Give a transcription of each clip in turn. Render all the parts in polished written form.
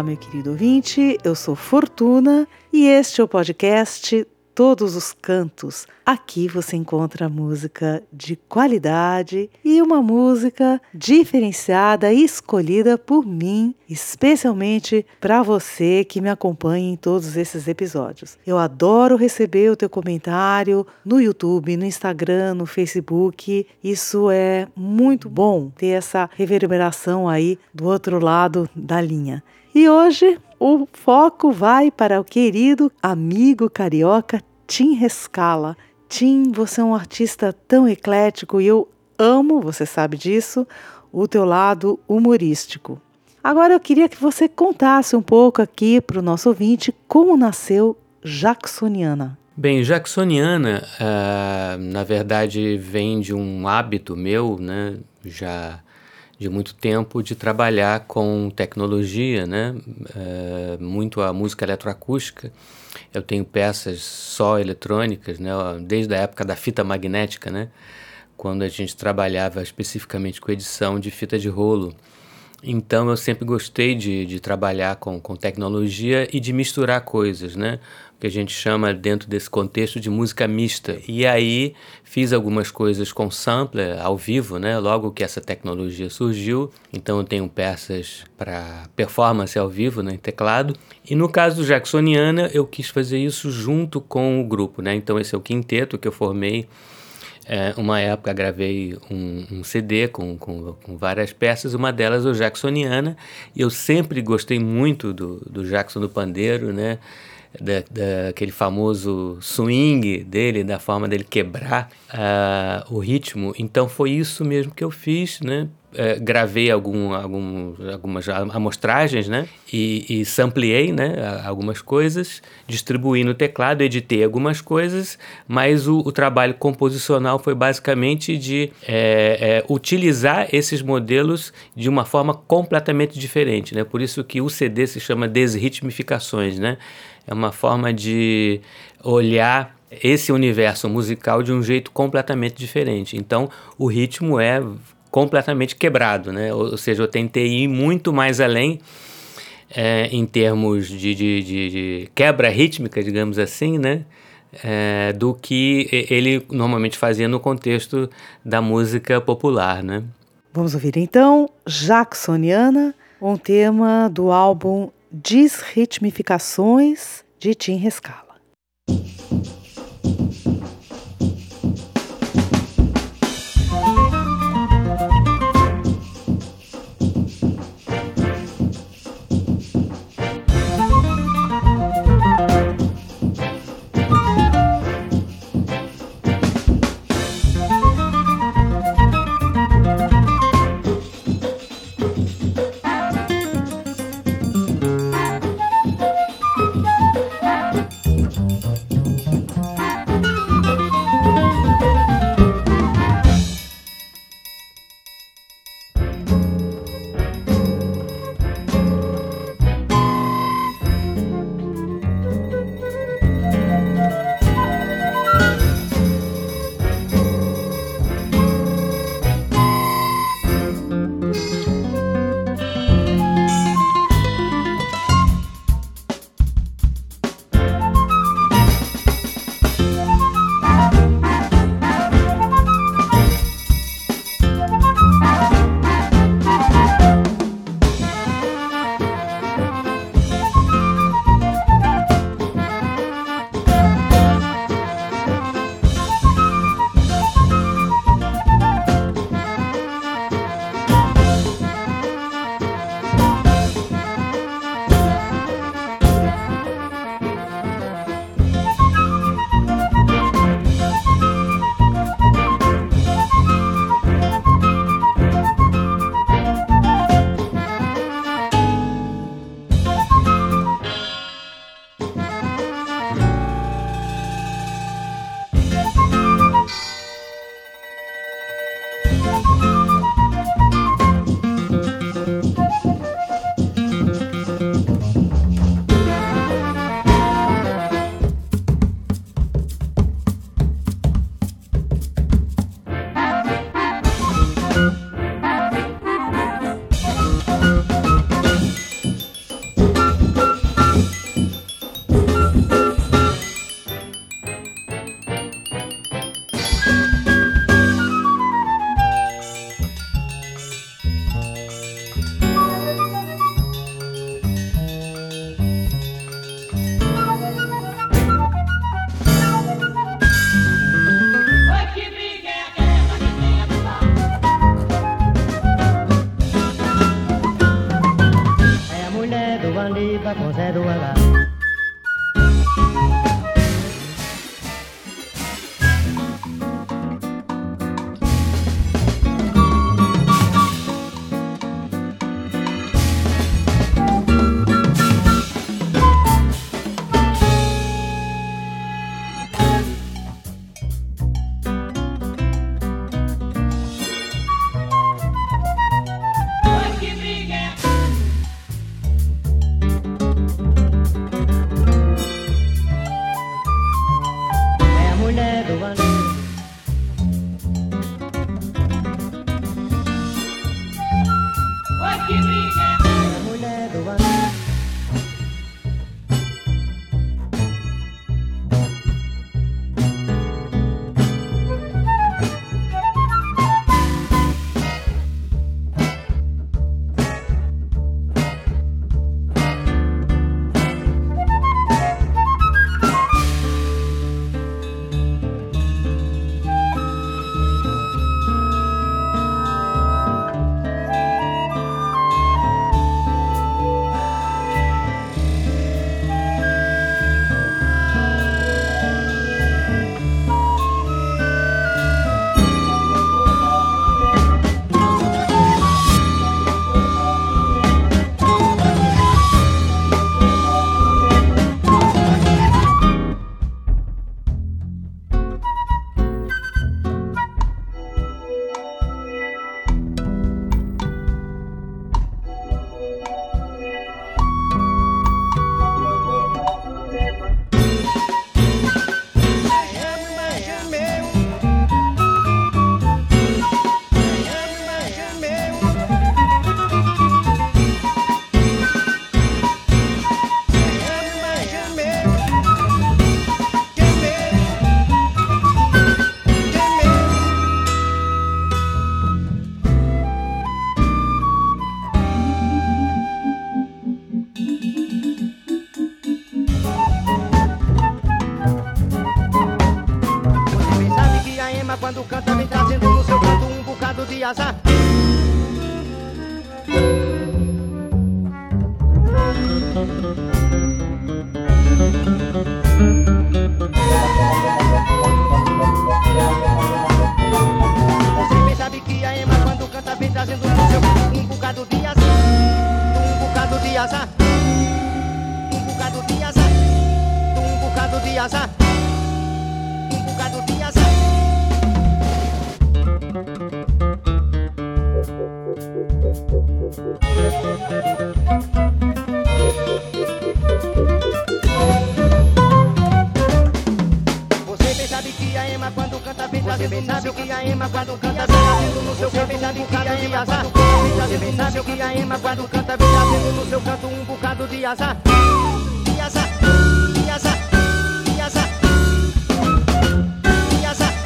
meu querido ouvinte, eu sou Fortuna e este é o podcast Todos os Cantos. Aqui você encontra música de qualidade e uma música diferenciada e escolhida por mim, especialmente para você que me acompanha em todos esses episódios. Eu adoro receber o teu comentário no YouTube, no Instagram, no Facebook. Isso é muito bom ter essa reverberação aí do outro lado da linha. E hoje o foco vai para o querido amigo carioca Tim Rescala. Tim, você é um artista tão eclético e eu amo, você sabe disso, o teu lado humorístico. Agora eu queria que você contasse um pouco aqui para o nosso ouvinte como nasceu Jacksoniana. Bem, Jacksoniana, na verdade, vem de um hábito meu, né, já de muito tempo, de trabalhar com tecnologia, né, muito a música eletroacústica. Eu tenho peças só eletrônicas, né, desde a época da fita magnética, né, quando a gente trabalhava especificamente com edição de fita de rolo. Então eu sempre gostei de trabalhar com tecnologia e de misturar coisas, né? O que a gente chama dentro desse contexto de música mista. E aí fiz algumas coisas com sampler ao vivo, né? Logo que essa tecnologia surgiu. Então eu tenho peças para performance ao vivo, né, em teclado. E no caso do Jacksoniana eu quis fazer isso junto com o grupo, né? Então esse é o quinteto que eu formei. Uma época gravei um CD com várias peças, uma delas o Jacksoniana, e eu sempre gostei muito do Jackson do pandeiro, né? Daquele famoso swing dele, da forma dele quebrar o ritmo. Então foi isso mesmo que eu fiz, né? Gravei algumas amostragens, né? E sampleei, né, algumas coisas, distribuí no teclado, editei algumas coisas, mas o trabalho composicional foi basicamente de utilizar esses modelos de uma forma completamente diferente, né? Por isso que o CD se chama Desritmificações, né? É uma forma de olhar esse universo musical de um jeito completamente diferente. Então, o ritmo é completamente quebrado, né? Ou seja, eu tentei ir muito mais além em termos de quebra rítmica, digamos assim, né? Do que ele normalmente fazia no contexto da música popular, né? Vamos ouvir então Jacksoniana, um tema do álbum Desritmificações de Tim Rescala. zero lá. Quando canta vem trazendo no seu canto um bocado de azar. Você bem sabe que a Ema quando canta vem trazendo no seu canto um bocado de azar. Um bocado de azar. Um bocado de azar. Um bocado de azar. Um bocado de azar. Você bem sabe que a Ema quando canta vem trazendo no seu que a Ema quando canta vem trazendo no seu canto um bocado de azar. Você bem sabe que a Ema quando canta vem trazendo no seu canto um bocado de azar. De azar, de azar, de azar, de azar.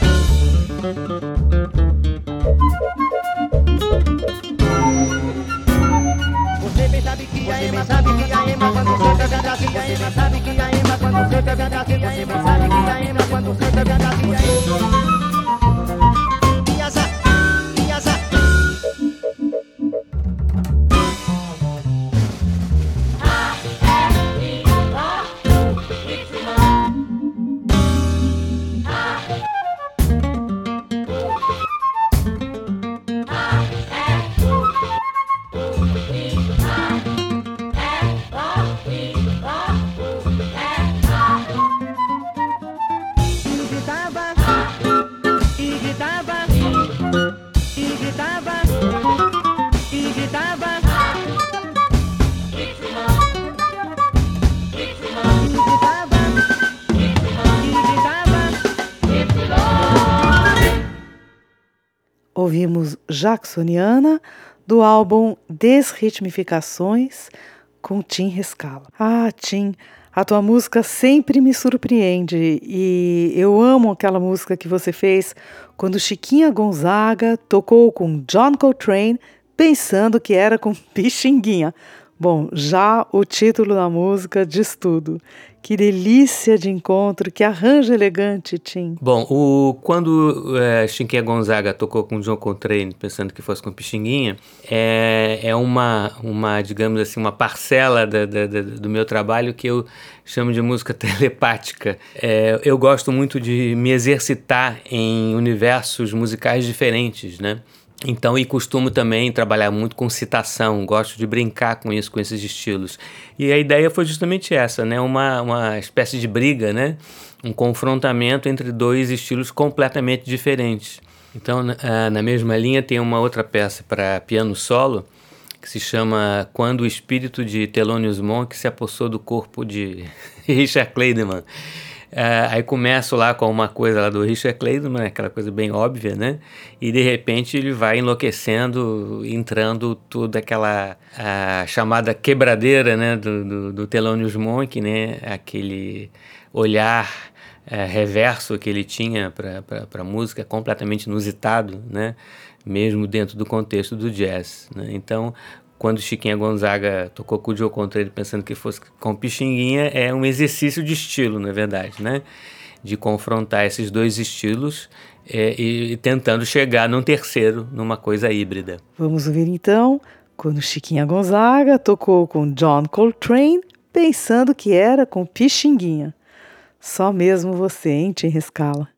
Você bem sabe que a Ema sabe que a Ema quando canta vem trazendo. Você bem sabe que a Ema quando canta vem trazendo. Você bem sabe que a Ema quando canta vem trazendo. De azar, de azar. Ouvimos Jacksoniana, do álbum Desritmificações, com Tim Rescala. Ah, Tim, a tua música sempre me surpreende e eu amo aquela música que você fez quando Chiquinha Gonzaga tocou com John Coltrane pensando que era com Pixinguinha. Bom, já o título da música diz tudo. Que delícia de encontro, que arranjo elegante, Tim. Bom, quando Chiquinha Gonzaga tocou com John Coltrane, pensando que fosse com Pixinguinha, é uma, digamos assim, uma parcela do meu trabalho que eu chamo de música telepática. Eu gosto muito de me exercitar em universos musicais diferentes, né? Então, e costumo também trabalhar muito com citação, gosto de brincar com isso, com esses estilos. E a ideia foi justamente essa, né? Uma espécie de briga, né? Um confrontamento entre dois estilos completamente diferentes. Então, na mesma linha, tem uma outra peça para piano solo, que se chama Quando o Espírito de Thelonious Monk se apossou do corpo de Richard Clayderman. Aí começo lá com uma coisa lá do Richard Clayderman, aquela coisa bem óbvia, né? E de repente ele vai enlouquecendo, entrando toda aquela chamada quebradeira, né? do Thelonious Monk, né? Aquele olhar reverso que ele tinha para a música, completamente inusitado, né? Mesmo dentro do contexto do jazz, né? Então, quando Chiquinha Gonzaga tocou com o Joe Coltrane pensando que fosse com Pixinguinha, é um exercício de estilo, na verdade, né? De confrontar esses dois estilos e tentando chegar num terceiro, numa coisa híbrida. Vamos ouvir então, quando Chiquinha Gonzaga tocou com John Coltrane, pensando que era com Pixinguinha. Só mesmo você, hein, Tim Rescala?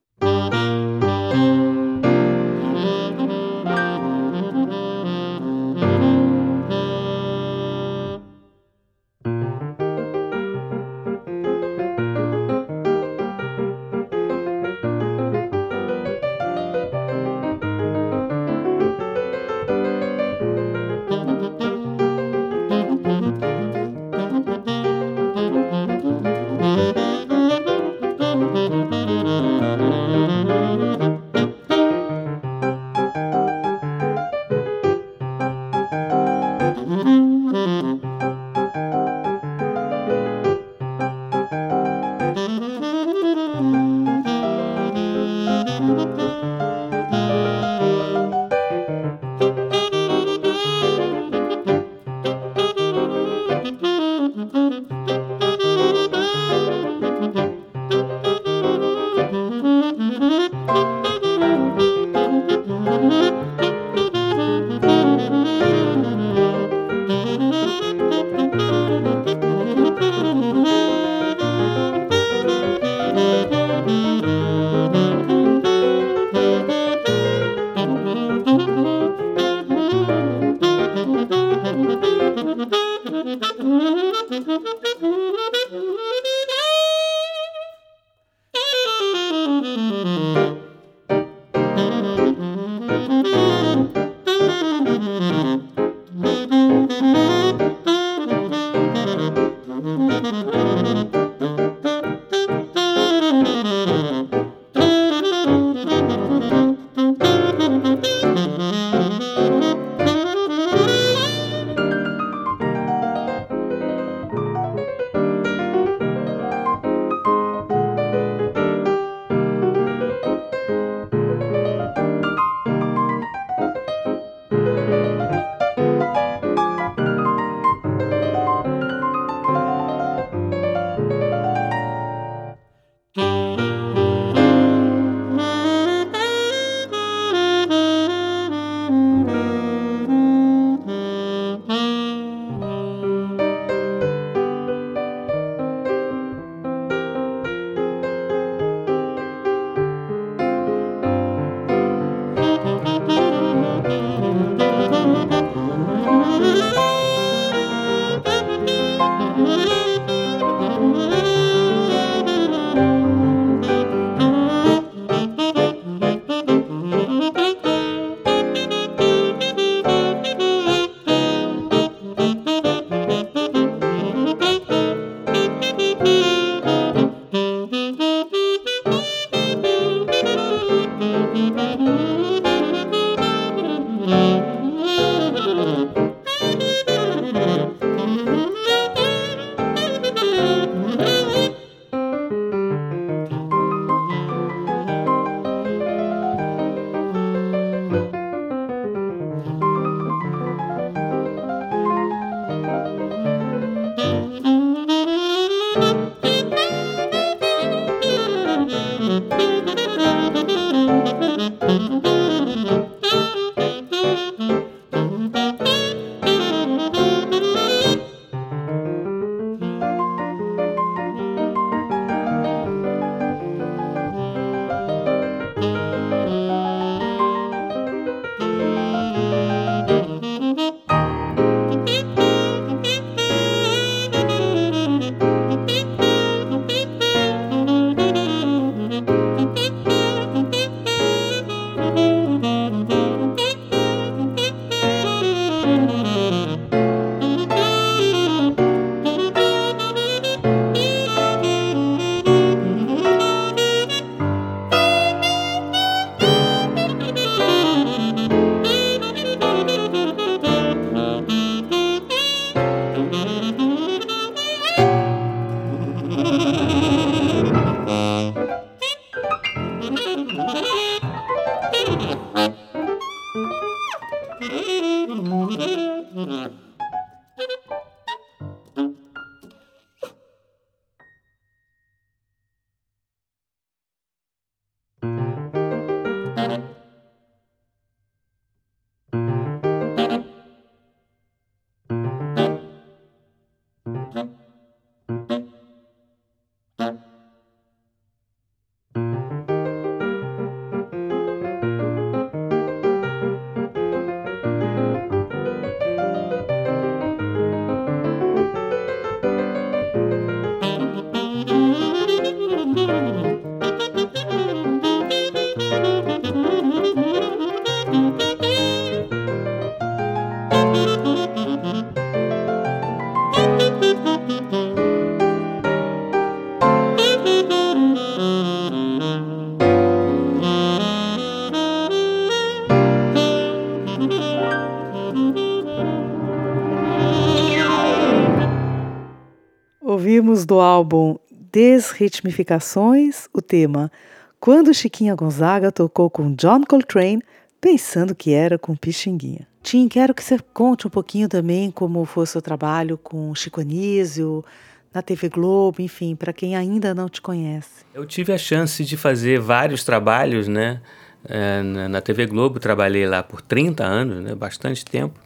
ouvimos do álbum Desritmificações o tema Quando Chiquinha Gonzaga tocou com John Coltrane, pensando que era com Pixinguinha. Tim, quero que você conte um pouquinho também como foi o seu trabalho com Chico Anísio, na TV Globo, enfim, para quem ainda não te conhece. Eu tive a chance de fazer vários trabalhos, né? Na TV Globo, trabalhei lá por 30 anos, né? Bastante tempo.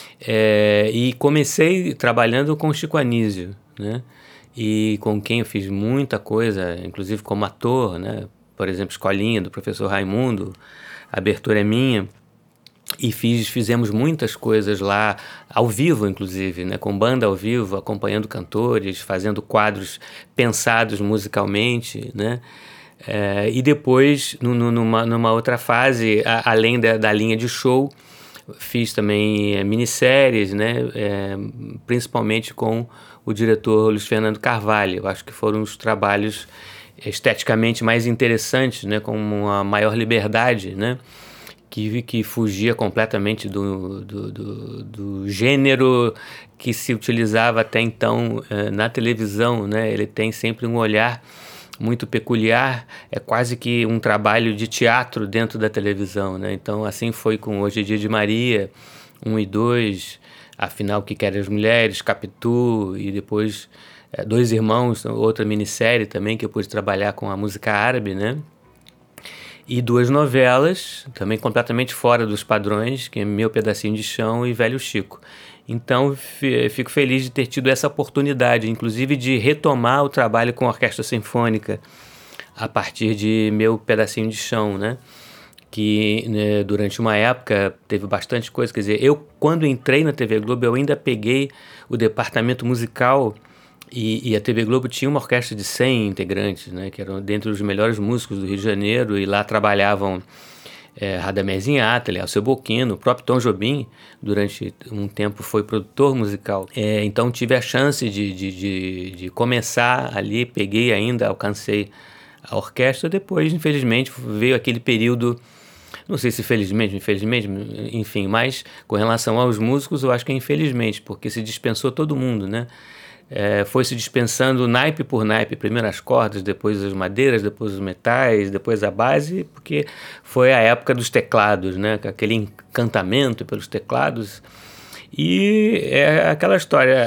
E comecei trabalhando com Chico Anísio, né? E com quem eu fiz muita coisa, inclusive como ator, né? Por exemplo, Escolinha, do professor Raimundo, A Abertura é Minha. E fizemos muitas coisas lá, ao vivo inclusive, né? Com banda ao vivo, acompanhando cantores, fazendo quadros pensados musicalmente, né? E depois, numa outra fase, além da linha de show, fiz também minisséries, né? Principalmente com o diretor Luiz Fernando Carvalho. Eu acho que foram os trabalhos esteticamente mais interessantes, né? Com uma maior liberdade, né? Que fugia completamente do gênero que se utilizava até então na televisão, né? Ele tem sempre um olhar muito peculiar, é quase que um trabalho de teatro dentro da televisão, né? Então, assim foi com Hoje é Dia de Maria, 1 e 2, Afinal, o que Querem as Mulheres, Capitu, e depois Dois Irmãos, outra minissérie também, que eu pude trabalhar com a música árabe, né? E 2 novelas, também completamente fora dos padrões, que é Meu Pedacinho de Chão e Velho Chico. Então, fico feliz de ter tido essa oportunidade, inclusive de retomar o trabalho com a Orquestra Sinfônica a partir de Meu Pedacinho de Chão, né? Que, né, durante uma época teve bastante coisa. Quer dizer, eu, quando entrei na TV Globo, eu ainda peguei o departamento musical e a TV Globo tinha uma orquestra de 100 integrantes, né? Que eram dentre os melhores músicos do Rio de Janeiro, e lá trabalhavam Radamés Inátali, Alceu Bocchino, o próprio Tom Jobim, durante um tempo foi produtor musical. Então tive a chance de começar ali, peguei ainda, alcancei a orquestra. Depois, infelizmente, veio aquele período, não sei se felizmente, infelizmente, enfim, mas com relação aos músicos, eu acho que é infelizmente, porque se dispensou todo mundo, né? Foi se dispensando naipe por naipe, primeiro as cordas, depois as madeiras, depois os metais, depois a base, porque foi a época dos teclados, né? Aquele encantamento pelos teclados. E é aquela história,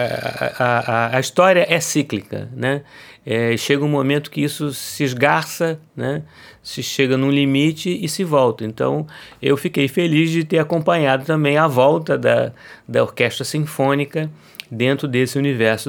a história é cíclica, né? Chega um momento que isso se esgarça, né? Se chega num limite e se volta. Então, eu fiquei feliz de ter acompanhado também a volta da Orquestra Sinfônica dentro desse universo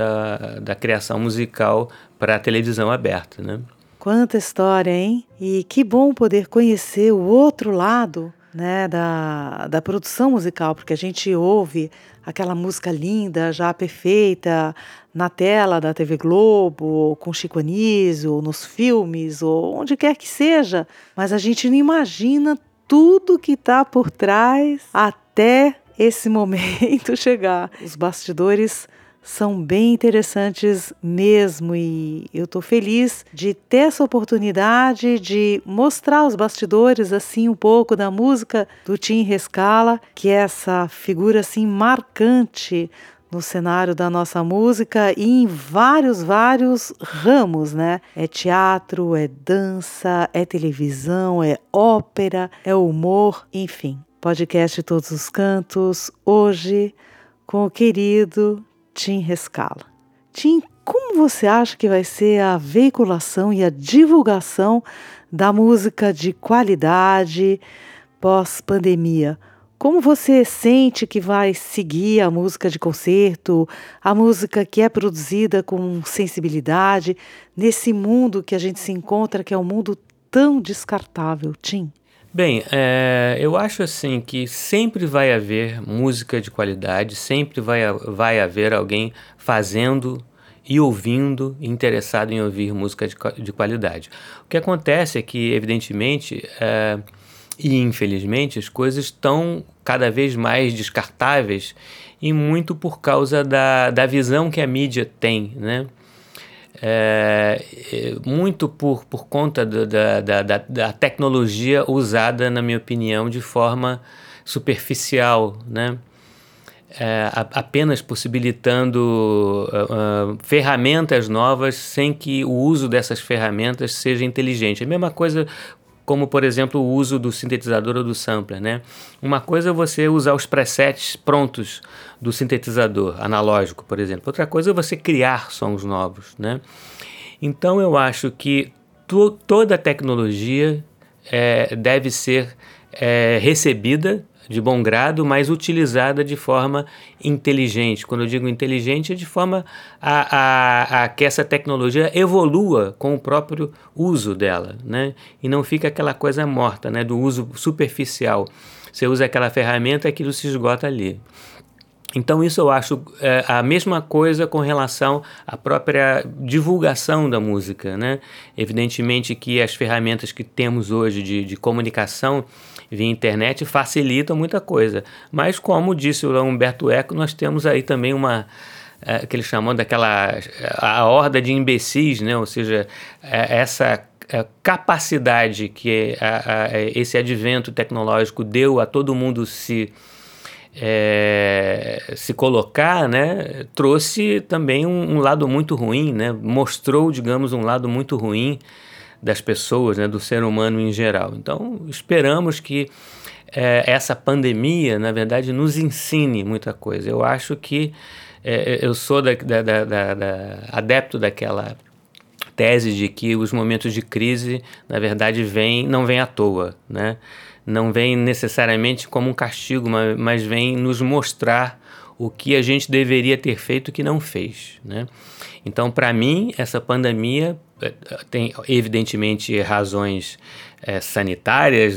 da criação musical para a televisão aberta, né? Quanta história, hein? E que bom poder conhecer o outro lado, né, da produção musical, porque a gente ouve aquela música linda, já perfeita, na tela da TV Globo, com Chico Anísio, nos filmes, ou onde quer que seja, mas a gente não imagina tudo que está por trás até esse momento chegar. Os bastidores são bem interessantes mesmo, e eu estou feliz de ter essa oportunidade de mostrar os bastidores, assim, um pouco da música do Tim Rescala, que é essa figura assim marcante no cenário da nossa música e em vários ramos, né? É teatro, é dança, é televisão, é ópera, é humor, enfim. Podcast Todos os Cantos, hoje com o querido Tim Rescala. Tim, como você acha que vai ser a veiculação e a divulgação da música de qualidade pós-pandemia? Como você sente que vai seguir a música de concerto, a música que é produzida com sensibilidade, nesse mundo que a gente se encontra, que é um mundo tão descartável, Tim? Bem, eu acho assim que sempre vai haver música de qualidade, sempre vai haver alguém fazendo e ouvindo, interessado em ouvir música de qualidade. O que acontece é que, evidentemente, e infelizmente, as coisas estão cada vez mais descartáveis, e muito por causa da visão que a mídia tem, né? Muito por conta da tecnologia usada, na minha opinião, de forma superficial, né? apenas possibilitando ferramentas novas sem que o uso dessas ferramentas seja inteligente. É a mesma coisa como, por exemplo, o uso do sintetizador ou do sampler, né? Uma coisa é você usar os presets prontos do sintetizador analógico, por exemplo. Outra coisa é você criar sons novos, né? Então eu acho que toda a tecnologia deve ser recebida de bom grado, mas utilizada de forma inteligente. Quando eu digo inteligente, é de forma a que essa tecnologia evolua com o próprio uso dela, né? E não fica aquela coisa morta, né? Do uso superficial. Você usa aquela ferramenta, aquilo se esgota ali. Então isso eu acho a mesma coisa com relação à própria divulgação da música, né? Evidentemente que as ferramentas que temos hoje de comunicação via internet facilitam muita coisa, mas como disse o Humberto Eco, nós temos aí também que eles chamam a horda de imbecis, né? Ou seja, essa capacidade que esse advento tecnológico deu a todo mundo se colocar, né, trouxe também um lado muito ruim, né, mostrou, digamos, um lado muito ruim das pessoas, né, do ser humano em geral. Então, esperamos que essa pandemia, na verdade, nos ensine muita coisa. Eu acho que eu sou adepto daquela tese de que os momentos de crise, na verdade, não vêm à toa, né? Não vem necessariamente como um castigo, mas vem nos mostrar o que a gente deveria ter feito e que não fez, né? Então, para mim, essa pandemia tem, evidentemente, razões sanitárias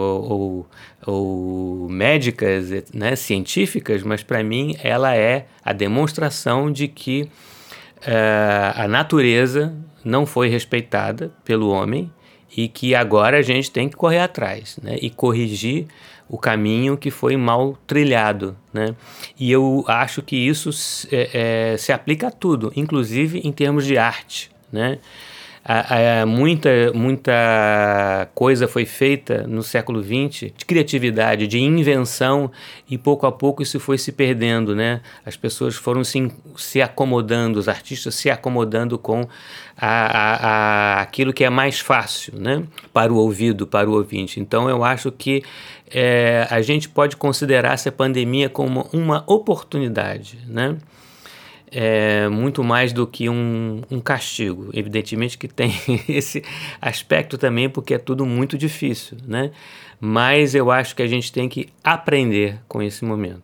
ou médicas, né, científicas, mas, para mim, ela é a demonstração de que a natureza não foi respeitada pelo homem e que agora a gente tem que correr atrás, né, e corrigir o caminho que foi mal trilhado, né? E eu acho que isso se aplica a tudo, inclusive em termos de arte, né? Muita coisa foi feita no século XX de criatividade, de invenção, e pouco a pouco isso foi se perdendo, né? As pessoas foram se acomodando, os artistas se acomodando com aquilo que é mais fácil, né? Para o ouvido, para o ouvinte. Então eu acho que a gente pode considerar essa pandemia como uma oportunidade, né? Muito mais do que um castigo. Evidentemente que tem esse aspecto também, porque é tudo muito difícil, né? Mas eu acho que a gente tem que aprender com esse momento.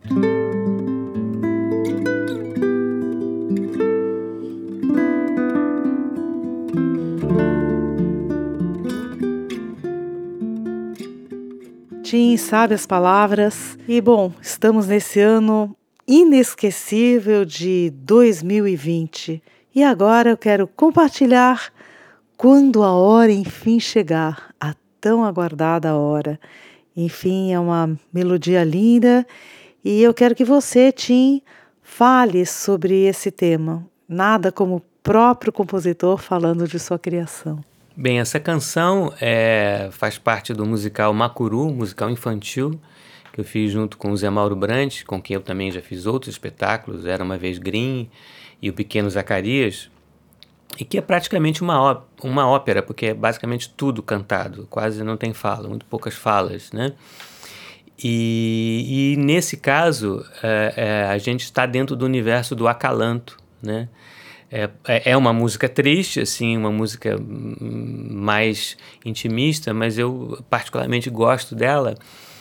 Tim sabe as palavras. E bom, estamos nesse ano inesquecível de 2020. E agora eu quero compartilhar Quando a Hora Enfim Chegar, a tão aguardada hora. Enfim, é uma melodia linda e eu quero que você, Tim, fale sobre esse tema. Nada como o próprio compositor falando de sua criação. Bem, essa canção faz parte do musical Macuru, musical infantil, que eu fiz junto com o Zé Mauro Brandt, com quem eu também já fiz outros espetáculos, Era Uma Vez Green e o Pequeno Zacarias, e que é praticamente uma ópera, porque é basicamente tudo cantado, quase não tem fala, muito poucas falas, né? E nesse caso, a gente está dentro do universo do acalanto, né? É uma música triste, assim, uma música mais intimista, mas eu particularmente gosto dela,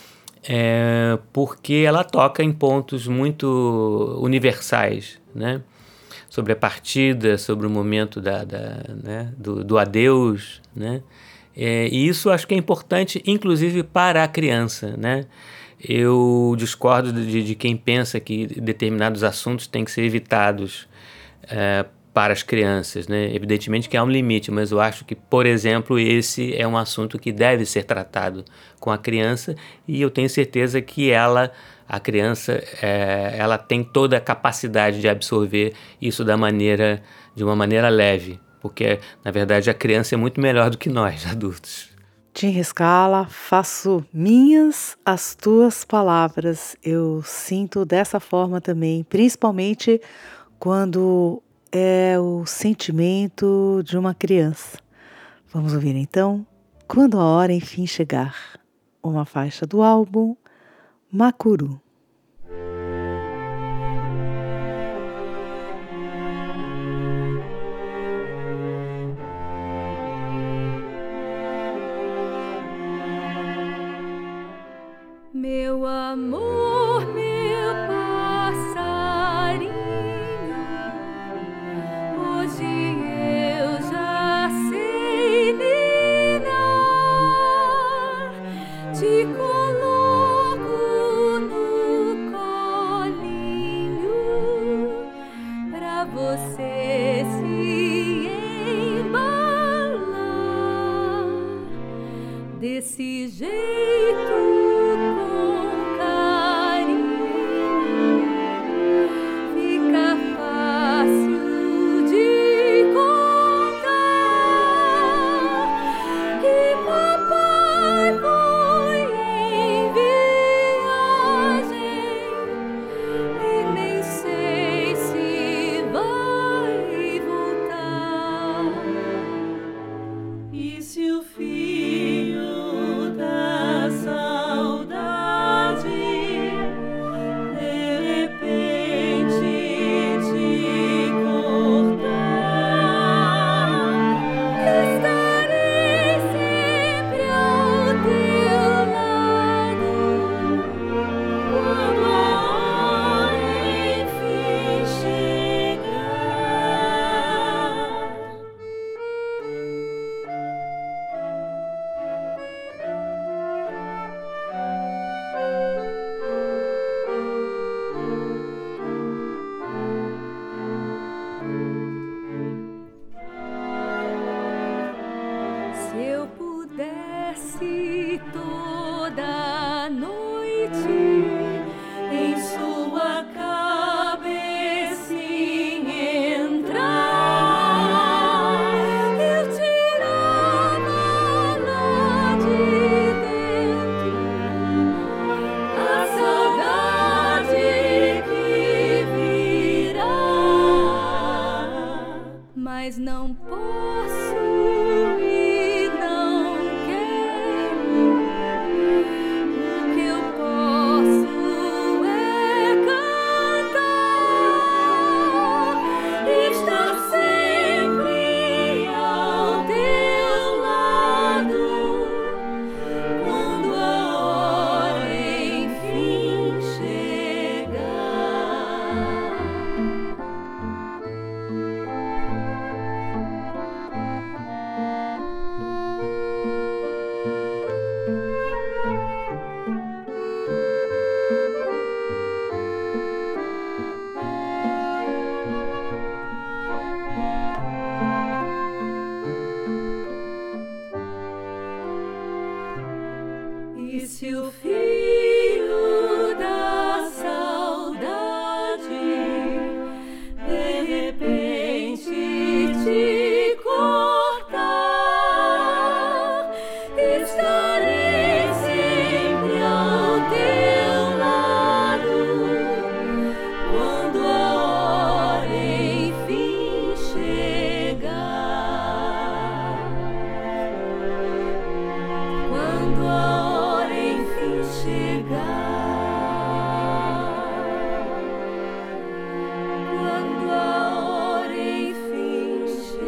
porque ela toca em pontos muito universais, né? Sobre a partida, sobre o momento né? do adeus, né? E isso acho que é importante, inclusive para a criança, né? Eu discordo de quem pensa que determinados assuntos têm que ser evitados para as crianças, né? Evidentemente que há um limite, mas eu acho que, por exemplo, esse é um assunto que deve ser tratado com a criança, e eu tenho certeza que a criança, ela tem toda a capacidade de absorver isso de uma maneira leve, porque, na verdade, a criança é muito melhor do que nós, adultos. Tim Rescala, faço minhas as tuas palavras. Eu sinto dessa forma também, principalmente quando é o sentimento de uma criança. Vamos ouvir então Quando a Hora Enfim Chegar, uma faixa do álbum Macuru. Meu amor, meu passarinho, hoje eu já sei ninar, te coloco no colinho, pra você se embalar, desse jeito. Toda noite em sua cabecinha entrar, eu tirava lá de dentro a saudade que virá, mas não posso e não quero. O que eu posso é cantar, estar sempre ao teu lado, quando a hora enfim chegar. E se o fio da saudade de repente te cortar, estarei sempre ao teu lado, quando a hora enfim chegar. Quando a hora enfim chegar, quando a hora enfim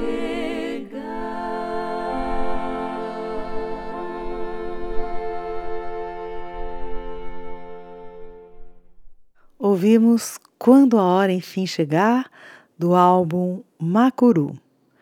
chegar. Ouvimos Quando a Hora Enfim Chegar, do álbum Macuru.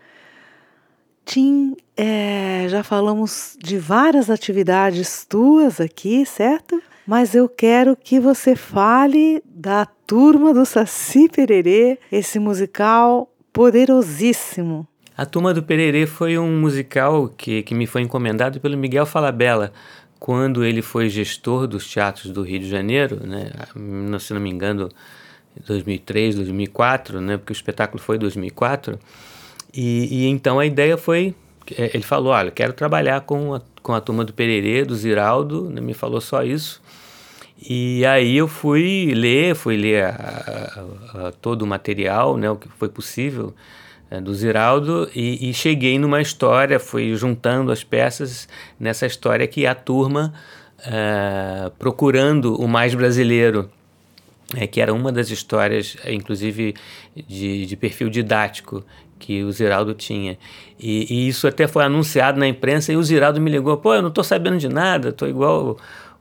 Tim, já falamos de várias atividades tuas aqui, certo? Mas eu quero que você fale da Turma do Saci Pererê, esse musical poderosíssimo. A Turma do Pererê foi um musical que me foi encomendado pelo Miguel Falabella, quando ele foi gestor dos teatros do Rio de Janeiro, né? Se não me engano, em 2003, 2004, né? Porque o espetáculo foi em 2004. E então a ideia foi, ele falou, olha, quero trabalhar com com a turma do Pererê, do Ziraldo, né, me falou só isso. E aí eu fui ler todo o material, né, o que foi possível, do Ziraldo, e cheguei numa história, fui juntando as peças nessa história que é a turma procurando o mais brasileiro, que era uma das histórias, inclusive de perfil didático, que o Ziraldo tinha. E isso até foi anunciado na imprensa, e o Ziraldo me ligou: pô, eu não estou sabendo de nada, estou igual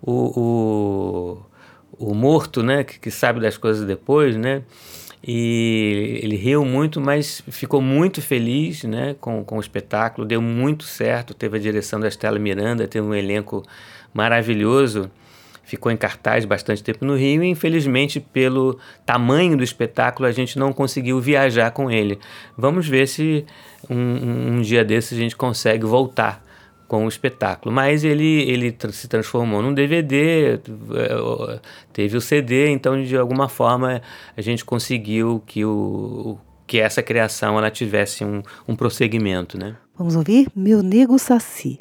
o morto, né, que sabe das coisas depois, né? E ele riu muito, mas ficou muito feliz, né, com o espetáculo, deu muito certo, teve a direção da Estela Miranda, teve um elenco maravilhoso, ficou em cartaz bastante tempo no Rio, e infelizmente pelo tamanho do espetáculo a gente não conseguiu viajar com ele. Vamos ver se um dia desses a gente consegue voltar com o espetáculo, mas ele se transformou num DVD, teve o CD, então de alguma forma a gente conseguiu que essa criação ela tivesse um prosseguimento, né? Vamos ouvir Meu Nego Saci.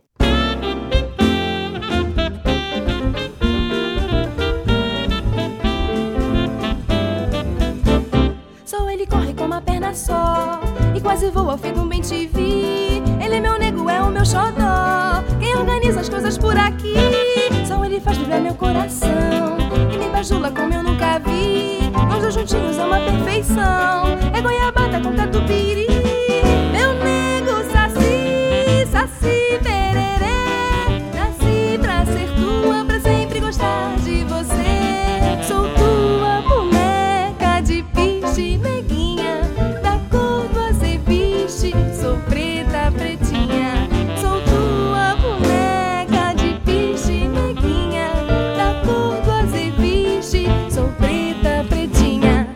Só ele corre com uma perna só e quase voa feito um bem-te-vi. Ele é meu nego, é o meu xodó, quem organiza as coisas por aqui. Só ele faz vibrar meu coração e me bajula como eu nunca vi. Nós dois juntinhos é uma perfeição, é goiabada com catupiry. Meu nego saci, saci pererê, nasci pra ser tua, pra sempre gostar de você. Sou tua boneca de piche, neguinha da cor do azeviche. Sou preta, pretinha, sou tua boneca de piche, neguinha da cor do azeviche. Sou preta, pretinha.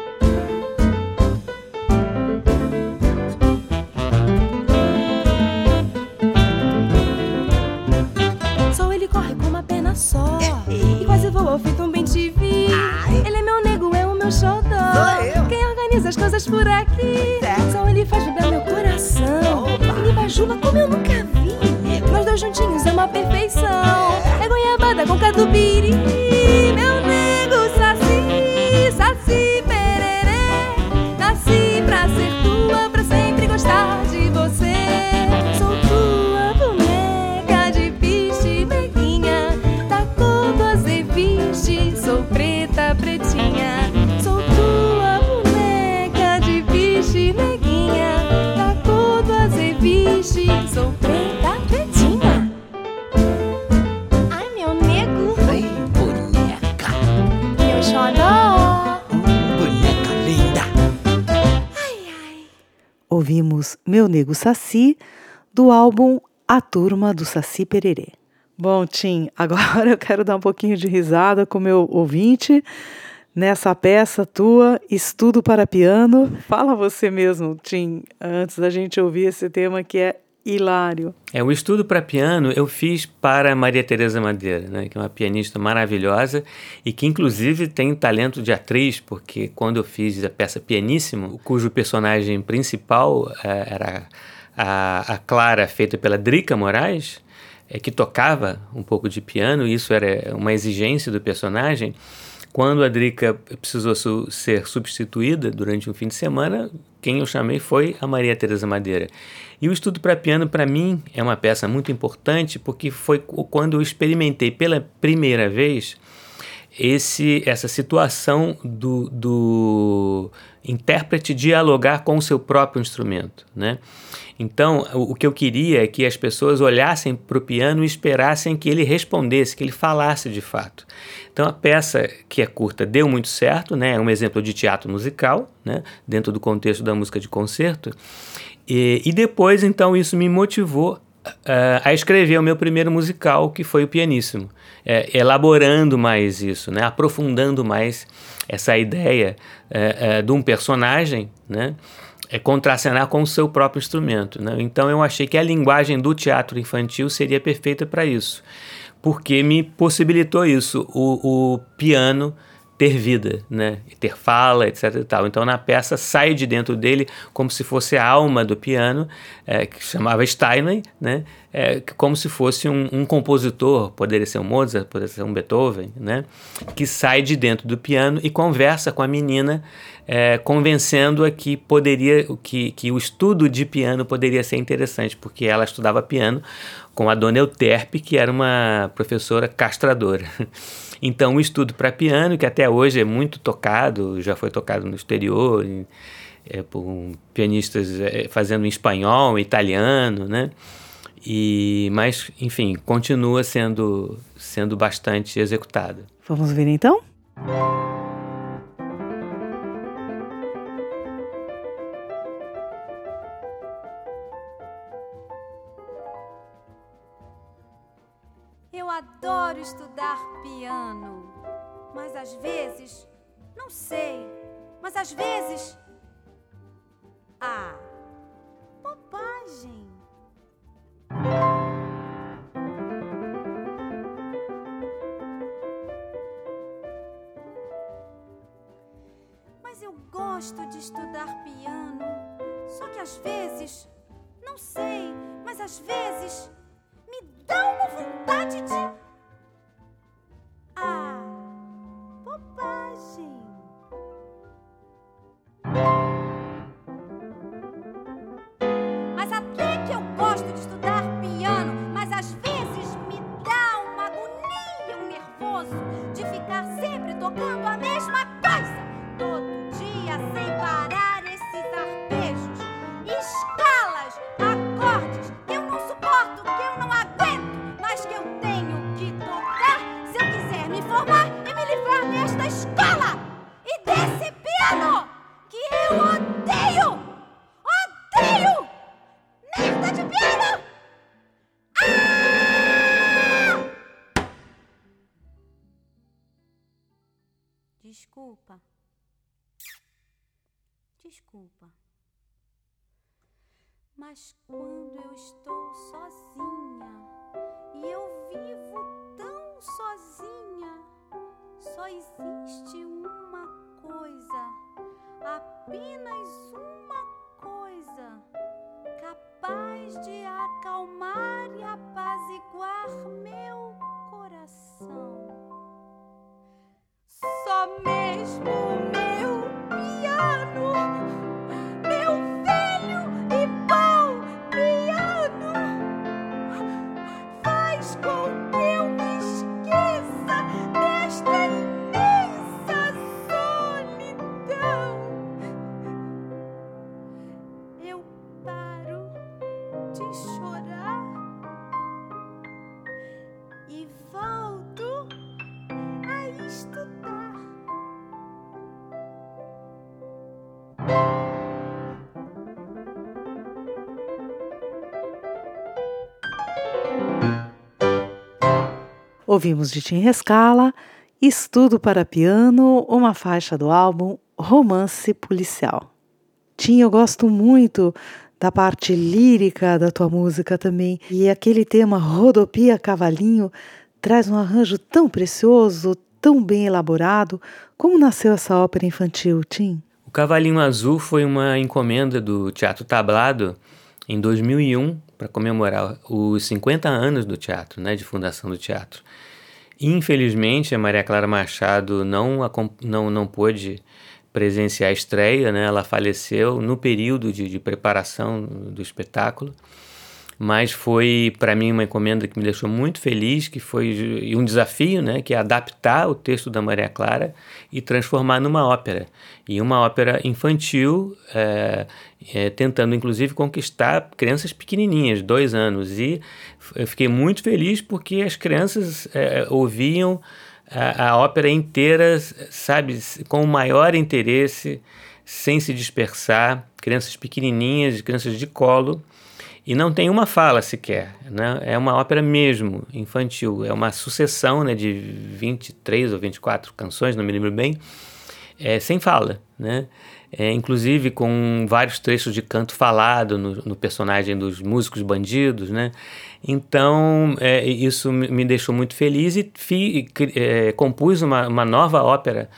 Só ele corre com uma perna só e quase voa feito um bem-te-vi. Ele é meu nego, é o meu xodó, quem organiza as coisas por aqui. Só ele faz vibrar meu coração e me bajula como eu nunca vi. Nós dois juntinhos é uma perfeição, é goiabada com catupiry. Meu nego saci, saci pererê, nasci pra ser tua, pra sempre gostar de você. Sou tua boneca de piche, neguinha da cor do azeviche. Sou preta, pretinha, sou tua boneca de piche, neguinha da cor do azeviche. Sou preta, pretinha. Ai, meu nego, Ai, boneca, meu xodó. boneca linda. Ouvimos Meu Nego Saci, do álbum A Turma do Saci Pererê. Bom, Tim, agora eu quero dar um pouquinho de risada com o meu ouvinte nessa peça tua, Estudo para Piano. Fala você mesmo, Tim, antes da gente ouvir esse tema que é hilário. O estudo para piano eu fiz para Maria Tereza Madeira, né, que é uma pianista maravilhosa e que inclusive tem talento de atriz, porque quando eu fiz a peça Pianissimo, cujo personagem principal era a Clara, feita pela Drica Moraes, que tocava um pouco de piano, e isso era uma exigência do personagem. Quando a Drica precisou ser substituída durante um fim de semana, quem eu chamei foi a Maria Tereza Madeira. E o Estudo para Piano, para mim, é uma peça muito importante, porque foi quando eu experimentei pela primeira vez essa situação do intérprete dialogar com o seu próprio instrumento, né? Então, o que eu queria é que as pessoas olhassem para o piano e esperassem que ele respondesse, que ele falasse de fato. Então, a peça, que é curta, deu muito certo, né? É um exemplo de teatro musical, né? Dentro do contexto da música de concerto. E depois, então, isso me motivou a escrever o meu primeiro musical, que foi o Pianissimo, elaborando mais isso, né? Aprofundando mais essa ideia de um personagem, né? Contracenar com o seu próprio instrumento, né? Então eu achei que a linguagem do teatro infantil seria perfeita para isso, porque me possibilitou isso, o piano ter vida, né? Ter fala, etc. e tal. Então na peça sai de dentro dele como se fosse a alma do piano, que chamava Steinway, né? como se fosse um compositor, poderia ser um Mozart, poderia ser um Beethoven, né? Que sai de dentro do piano e conversa com a menina, convencendo-a que o estudo de piano poderia ser interessante, porque ela estudava piano com a dona Euterpe, que era uma professora castradora. Então, o estudo para piano, que até hoje é muito tocado, já foi tocado no exterior, por pianistas fazendo em espanhol, italiano, né? Mas, enfim, continua sendo bastante executada. Vamos ver então? Eu adoro estudar piano, mas às vezes, não sei, mas às vezes... bobagem. Mas eu gosto de estudar piano, só que às vezes, não sei, mas às vezes me dá uma vontade de... bobagem. Mas até que eu gosto de estudar piano, mas às vezes me dá uma agonia, um nervoso de ficar sempre tocando a mesma coisa. Todo dia sem parar esses arpejos, escalas, acordes que eu não suporto, que eu não aguento, mas que eu tenho que tocar se eu quiser me formar e me livrar desta escola e desse piano que eu odeio! Odeio! Merda de piano! Desculpa. Mas quando eu estou sozinha e eu vivo tão sozinha, só existe uma coisa, apenas uma coisa, capaz de acalmar e apaziguar meu coração. Só mesmo o meu piano, meu velho e bom piano, faz com que eu me esqueça desta imensa solidão. Eu paro de chorar e volto a estudar. Ouvimos de Tim Rescala, Estudo para Piano, uma faixa do álbum Romance Policial. Tim, eu gosto muito da parte lírica da tua música também, e aquele tema Rodopia Cavalinho traz um arranjo tão precioso, tão bem elaborado. Como nasceu essa ópera infantil, Tim? O Cavalinho Azul foi uma encomenda do Teatro Tablado em 2001 para comemorar os 50 anos do teatro, né, de fundação do teatro. Infelizmente, a Maria Clara Machado não pôde presenciar a estreia, né? Ela faleceu no período de preparação do espetáculo, mas foi para mim uma encomenda que me deixou muito feliz, que foi um desafio, né? Que é adaptar o texto da Maria Clara e transformar numa ópera, e uma ópera infantil, tentando inclusive conquistar crianças pequenininhas, 2 anos, e eu fiquei muito feliz porque as crianças ouviam a ópera inteira, sabe, com o maior interesse, sem se dispersar, crianças pequenininhas, crianças de colo, e não tem uma fala sequer, né? É uma ópera mesmo, infantil, é uma sucessão, né, de 23 ou 24 canções, não me lembro bem, sem fala, né? Inclusive com vários trechos de canto falado no personagem dos músicos bandidos, né? Então, isso me deixou muito feliz e compus uma nova ópera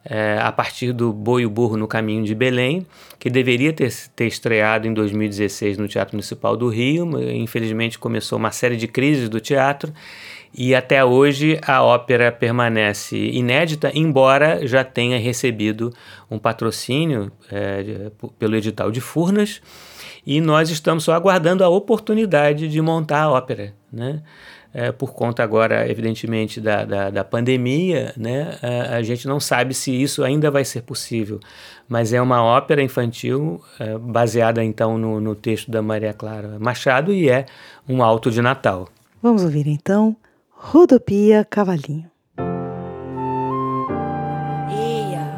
a partir do Boi e o Burro no Caminho de Belém, que deveria ter estreado em 2016 no Teatro Municipal do Rio. Infelizmente começou uma série de crises do teatro e até hoje a ópera permanece inédita, embora já tenha recebido um patrocínio pelo edital de Furnas, e nós estamos só aguardando a oportunidade de montar a ópera, né? Por conta agora, evidentemente, da pandemia, né? A gente não sabe se isso ainda vai ser possível, mas é uma ópera infantil baseada então no texto da Maria Clara Machado e é um auto de Natal. Vamos ouvir então Rodopia Cavalinho. Eia,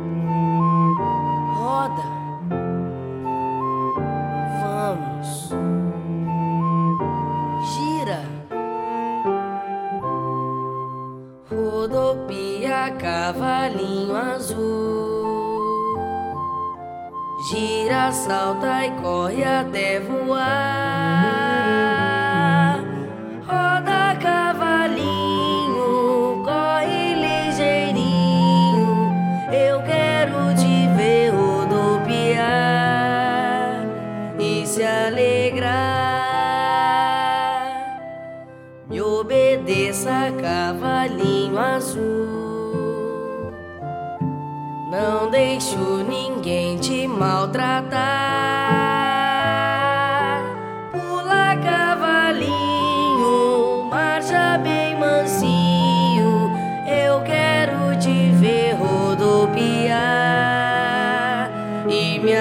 roda, vamos, gira, rodopia cavalinho azul, gira, salta e corre até voar. Roda cavalinho, corre ligeirinho, eu quero te ver rodopiar e se alegrar. Me obedeça, cavalinho azul, não deixo ninguém te maltratar. Pula, cavalinho, marcha bem mansinho, eu quero te ver rodopiar e me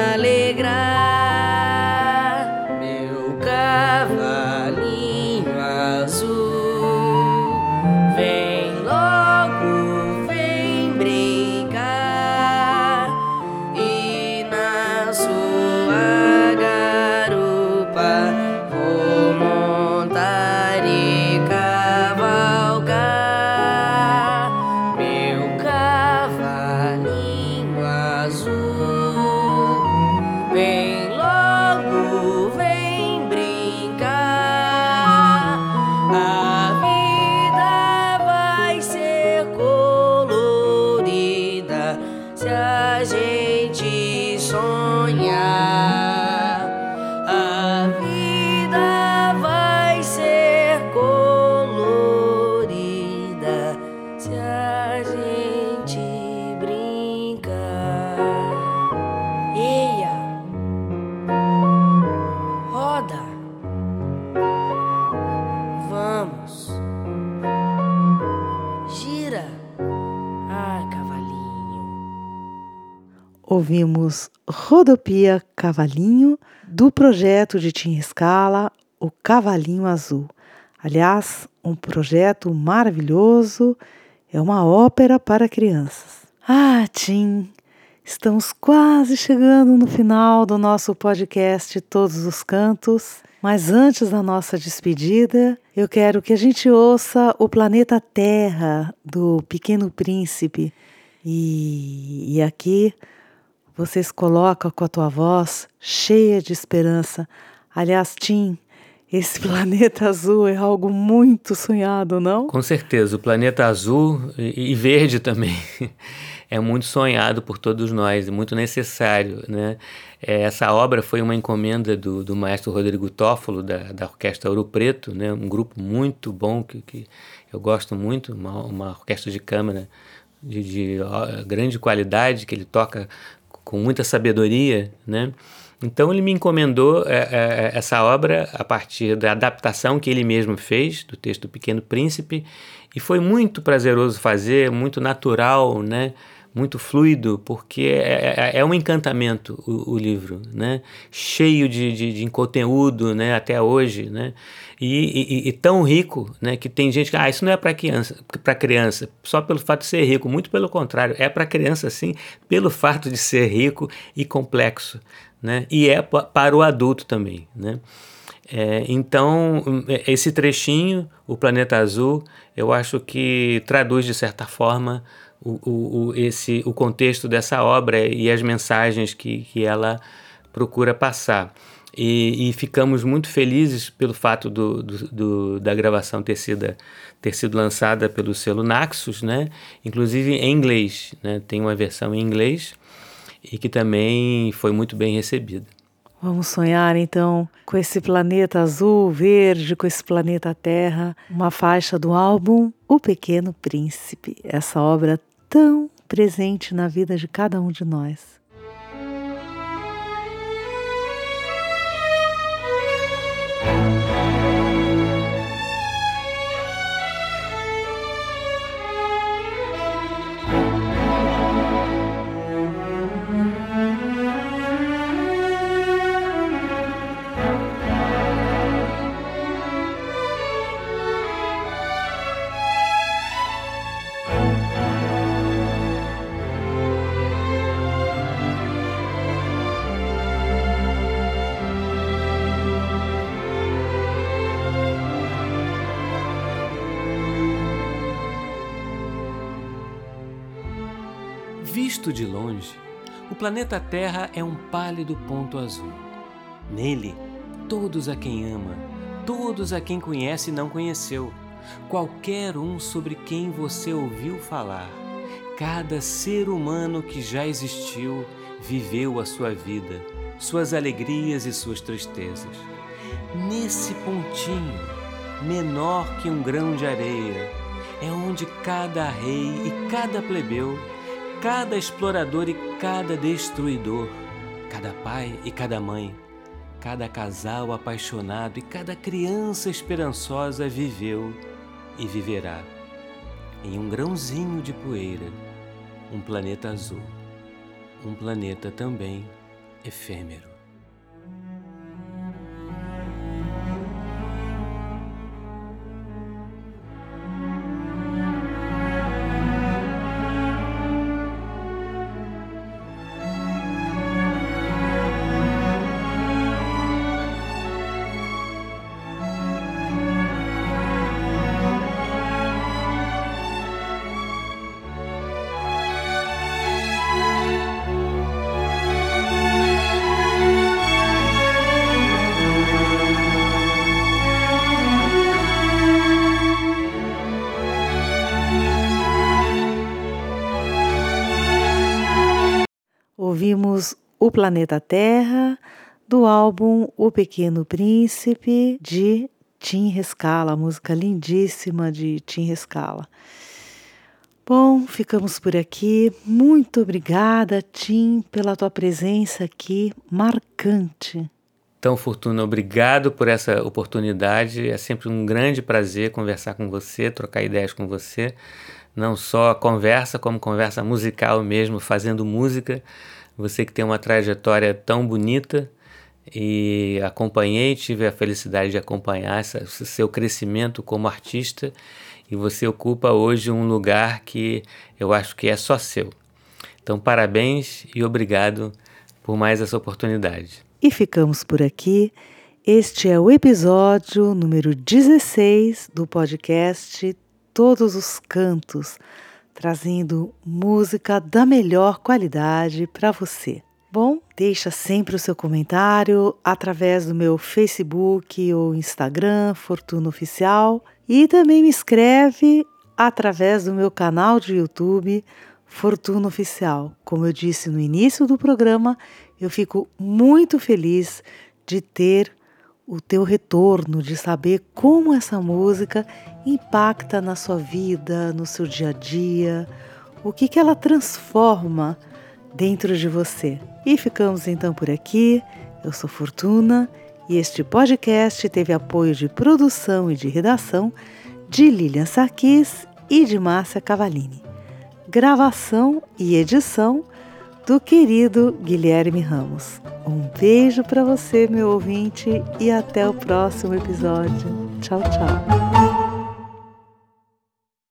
alegrar. Meu cavalinho azul, vem logo, vem brincar e na sua garupa vou montar e cavalgar. Meu cavalinho azul, vem logo, vem brincar. A vida vai ser colorida se a gente sonhar. A vida vai ser colorida se a gente brincar. Eia, roda, vamos, gira, cavalinho. Ouvimos Rodopia Cavalinho, do projeto de Tim Scala, O Cavalinho Azul. Aliás, um projeto maravilhoso, é uma ópera para crianças. Tim, estamos quase chegando no final do nosso podcast Todos os Cantos, mas antes da nossa despedida, eu quero que a gente ouça o Planeta Terra, do Pequeno Príncipe. E aqui vocês colocam com a tua voz cheia de esperança. Aliás, Tim, esse planeta azul é algo muito sonhado, não? Com certeza, o planeta azul e verde também é muito sonhado por todos nós, é muito necessário, né? Essa obra foi uma encomenda do maestro Rodrigo Toffolo, da Orquestra Ouro Preto, né? Um grupo muito bom que eu gosto muito, uma orquestra de câmara de grande qualidade, que ele toca com muita sabedoria, né? Então ele me encomendou essa obra a partir da adaptação que ele mesmo fez do texto do Pequeno Príncipe, e foi muito prazeroso fazer, muito natural, né? Muito fluido, porque é um encantamento o livro, né? Cheio de conteúdo, né? Até hoje, né? E tão rico, né? Que tem gente que isso não é para criança, só pelo fato de ser rico. Muito pelo contrário, é para criança sim, pelo fato de ser rico e complexo, né? E é para o adulto também, né? Então, esse trechinho, O Planeta Azul, eu acho que traduz de certa forma o contexto dessa obra e as mensagens que ela procura passar. e ficamos muito felizes pelo fato da gravação ter sido lançada pelo selo Naxos, né? Inclusive em inglês, né? Tem uma versão em inglês e que também foi muito bem recebida. Vamos sonhar então com esse planeta azul, verde, com esse planeta Terra, uma faixa do álbum O Pequeno Príncipe, essa obra tão presente na vida de cada um de nós. Visto de longe, o planeta Terra é um pálido ponto azul. Nele, todos a quem ama, todos a quem conhece e não conheceu, qualquer um sobre quem você ouviu falar, cada ser humano que já existiu, viveu a sua vida, suas alegrias e suas tristezas. Nesse pontinho, menor que um grão de areia, é onde cada rei e cada plebeu, cada explorador e cada destruidor, cada pai e cada mãe, cada casal apaixonado e cada criança esperançosa viveu e viverá. Em um grãozinho de poeira, um planeta azul, um planeta também efêmero. Ouvimos O Planeta Terra, do álbum O Pequeno Príncipe, de Tim Rescala, a música lindíssima de Tim Rescala. Bom, ficamos por aqui. Muito obrigada, Tim, pela tua presença aqui, marcante. Então, Fortuna, obrigado por essa oportunidade. É sempre um grande prazer conversar com você, trocar ideias com você. Não só conversa, como conversa musical mesmo, fazendo música. Você que tem uma trajetória tão bonita e acompanhei, tive a felicidade de acompanhar esse seu crescimento como artista e você ocupa hoje um lugar que eu acho que é só seu. Então, parabéns e obrigado por mais essa oportunidade. E ficamos por aqui. Este é o episódio número 16 do podcast Todos os Cantos, trazendo música da melhor qualidade para você. Bom, deixa sempre o seu comentário através do meu Facebook ou Instagram, Fortuna Oficial, e também me escreve através do meu canal de YouTube, Fortuna Oficial. Como eu disse no início do programa, eu fico muito feliz de ter o teu retorno, de saber como essa música impacta na sua vida, no seu dia a dia, o que ela transforma dentro de você. E ficamos então por aqui. Eu sou Fortuna e este podcast teve apoio de produção e de redação de Lilian Sarkis e de Márcia Cavallini. Gravação e edição do querido Guilherme Ramos. Um beijo para você, meu ouvinte, e até o próximo episódio. Tchau, tchau.